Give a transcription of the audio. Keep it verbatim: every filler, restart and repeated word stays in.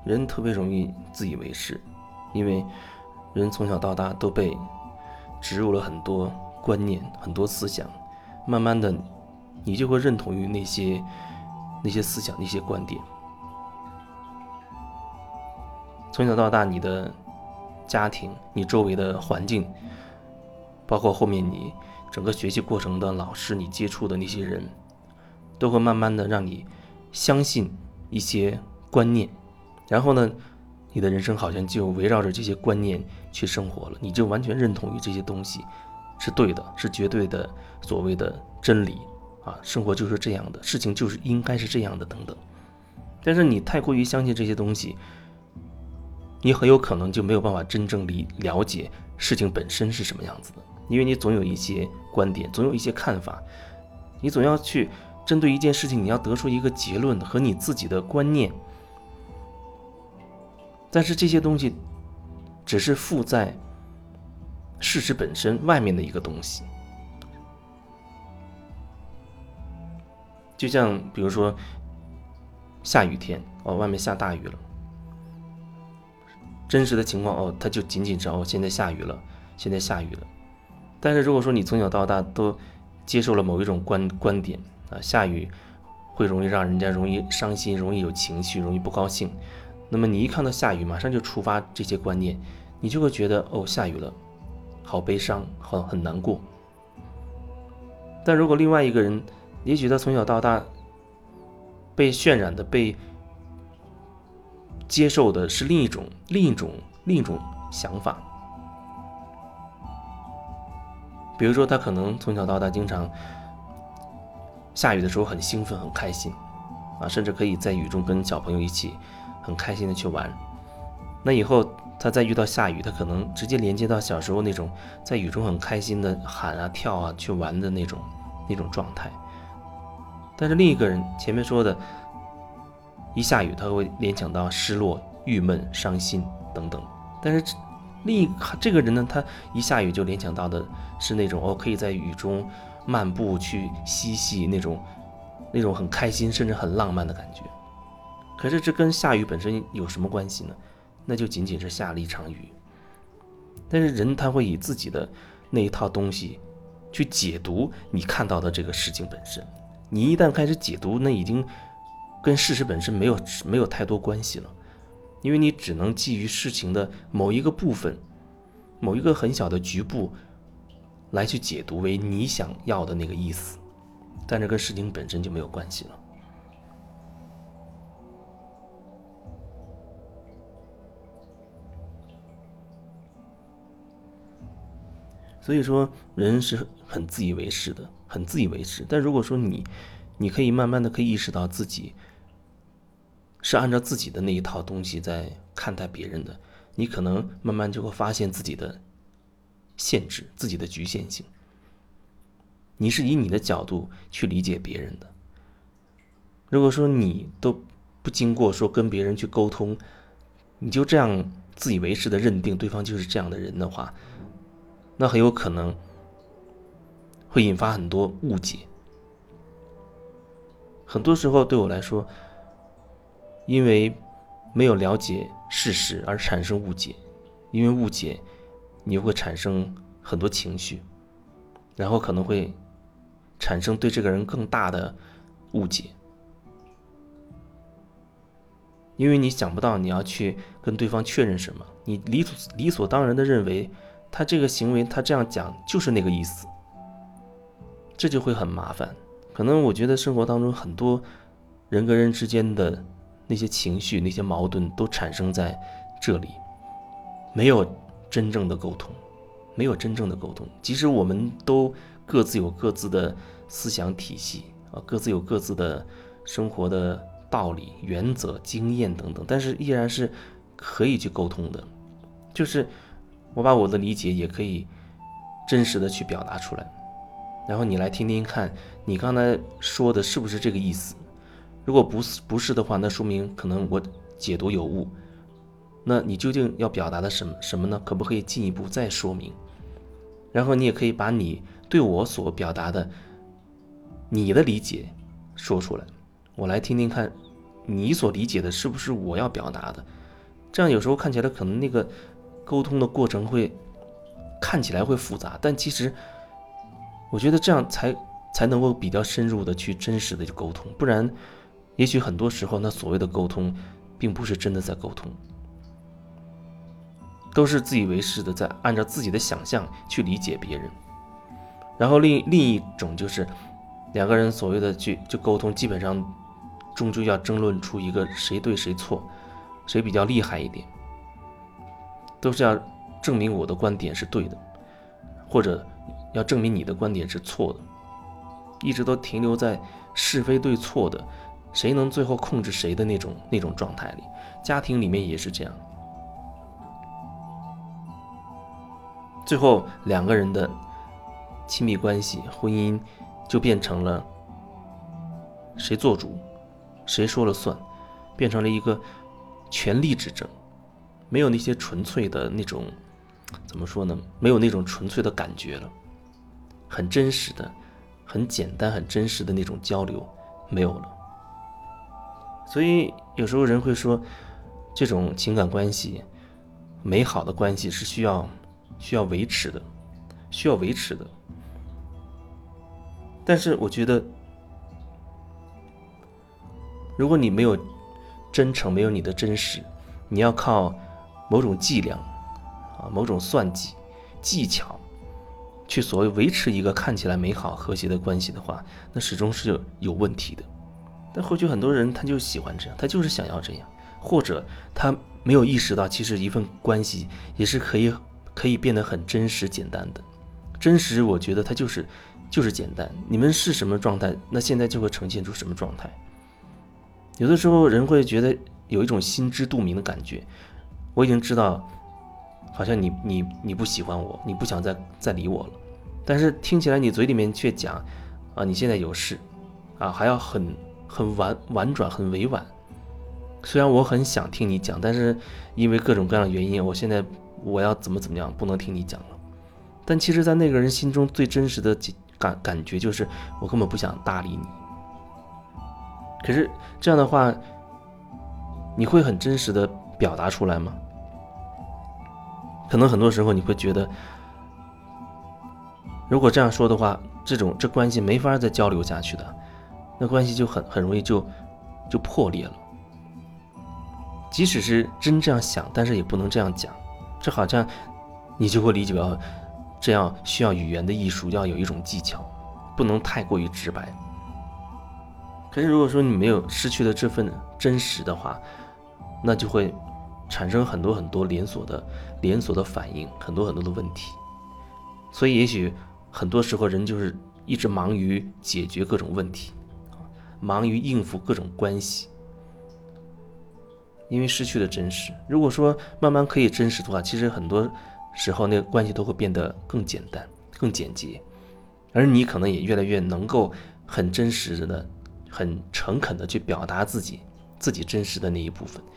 人特别容易自以为是，因为人从小到大都被植入了很多观念、很多思想，慢慢的你就会认同于那些那些思想、那些观点。从小到大，你的家庭、你周围的环境，包括后面你整个学习过程的老师，你接触的那些人，都会慢慢的让你相信一些观念，然后呢，你的人生好像就围绕着这些观念去生活了，你就完全认同于这些东西是对的，是绝对的所谓的真理啊，生活就是这样的，事情就是应该是这样的等等。但是你太过于相信这些东西，你很有可能就没有办法真正理了解事情本身是什么样子的，因为你总有一些观点，总有一些看法，你总要去针对一件事情，你要得出一个结论和你自己的观念。但是这些东西只是附在事实本身外面的一个东西。就像比如说下雨天哦，外面下大雨了，真实的情况哦，它就仅仅是哦，现在下雨了，现在下雨了。但是如果说你从小到大都接受了某一种观观点啊，下雨会容易让人家容易伤心，容易有情绪，容易不高兴，那么你一看到下雨，马上就触发这些观念，你就会觉得哦，下雨了，好悲伤，好很难过。但如果另外一个人，也许他从小到大被渲染的、被接受的是另一种、另一种、另一种想法。比如说，他可能从小到大经常下雨的时候很兴奋、很开心啊，甚至可以在雨中跟小朋友一起很开心的去玩。那以后他再遇到下雨，他可能直接连接到小时候那种在雨中很开心的喊啊、跳啊、去玩的那种那种状态。但是另一个人前面说的，一下雨他会联想到失落、郁闷、伤心等等。但是另一这个人呢，他一下雨就联想到的是那种哦，可以在雨中漫步去嬉戏那种那种很开心甚至很浪漫的感觉。可是这跟下雨本身有什么关系呢？那就仅仅是下了一场雨。但是人他会以自己的那一套东西去解读你看到的这个事情本身。你一旦开始解读，那已经跟事实本身没有没有太多关系了，因为你只能基于事情的某一个部分、某一个很小的局部来去解读为你想要的那个意思，但这跟事情本身就没有关系了。所以说，人是很自以为是的，很自以为是。但如果说你，你可以慢慢的可以意识到自己是按照自己的那一套东西在看待别人的，你可能慢慢就会发现自己的限制，自己的局限性。你是以你的角度去理解别人的。如果说你都不经过说跟别人去沟通，你就这样自以为是的认定对方就是这样的人的话，那很有可能会引发很多误解。很多时候对我来说，因为没有了解事实而产生误解，因为误解你会产生很多情绪，然后可能会产生对这个人更大的误解，因为你想不到你要去跟对方确认什么，你理所理所当然的认为他这个行为他这样讲就是那个意思，这就会很麻烦。可能我觉得生活当中很多人跟人之间的那些情绪、那些矛盾都产生在这里，没有真正的沟通，没有真正的沟通。即使我们都各自有各自的思想体系啊，各自有各自的生活的道理、原则、经验等等，但是依然是可以去沟通的。就是我把我的理解也可以真实的去表达出来，然后你来听听看，你刚才说的是不是这个意思？如果不是不是的话，那说明可能我解读有误。那你究竟要表达的什么什么呢？可不可以进一步再说明？然后你也可以把你对我所表达的你的理解说出来，我来听听看你所理解的是不是我要表达的？这样有时候看起来可能那个沟通的过程会看起来会复杂，但其实我觉得这样才才能够比较深入的去真实的去沟通，不然也许很多时候那所谓的沟通并不是真的在沟通，都是自以为是的在按照自己的想象去理解别人。然后另另一种就是两个人所谓的去就沟通，基本上终究要争论出一个谁对谁错，谁比较厉害一点，都是要证明我的观点是对的，或者要证明你的观点是错的，一直都停留在是非对错的，谁能最后控制谁的那种那种状态里。家庭里面也是这样，最后两个人的亲密关系、婚姻就变成了谁做主，谁说了算，变成了一个权力之争，没有那些纯粹的那种，怎么说呢？没有那种纯粹的感觉了，很真实的、很简单、很真实的那种交流没有了。所以有时候人会说，这种情感关系、美好的关系是需要需要维持的，需要维持的。但是我觉得，如果你没有真诚，没有你的真实，你要靠某种伎俩啊，某种算计、技巧，去所谓维持一个看起来美好和谐的关系的话，那始终是有有问题的。但或许很多人他就喜欢这样，他就是想要这样，或者他没有意识到，其实一份关系也是可以可以变得很真实、简单的。真实，我觉得它就是就是简单。你们是什么状态，那现在就会呈现出什么状态。有的时候人会觉得有一种心知肚明的感觉，我已经知道，好像你你你不喜欢我，你不想再再理我了，但是听起来你嘴里面却讲啊，你现在有事啊，还要很很婉婉转，很委婉。虽然我很想听你讲，但是因为各种各样的原因，我现在我要怎么怎么样，不能听你讲了。但其实在那个人心中最真实的感感觉就是我根本不想搭理你。可是这样的话，你会很真实的表达出来吗？可能很多时候你会觉得，如果这样说的话，这种这关系没法再交流下去的，那关系就很很容易就就破裂了。即使是真这样想，但是也不能这样讲，这好像你就会理解到，这样需要语言的艺术，要有一种技巧，不能太过于直白。可是如果说你没有失去了这份真实的话，那就会产生很多很多连锁的连锁的反应，很多很多的问题。所以也许很多时候人就是一直忙于解决各种问题，忙于应付各种关系，因为失去了真实。如果说慢慢可以真实的话，其实很多时候那个关系都会变得更简单、更简洁，而你可能也越来越能够很真实的、很诚恳的去表达自己自己真实的那一部分，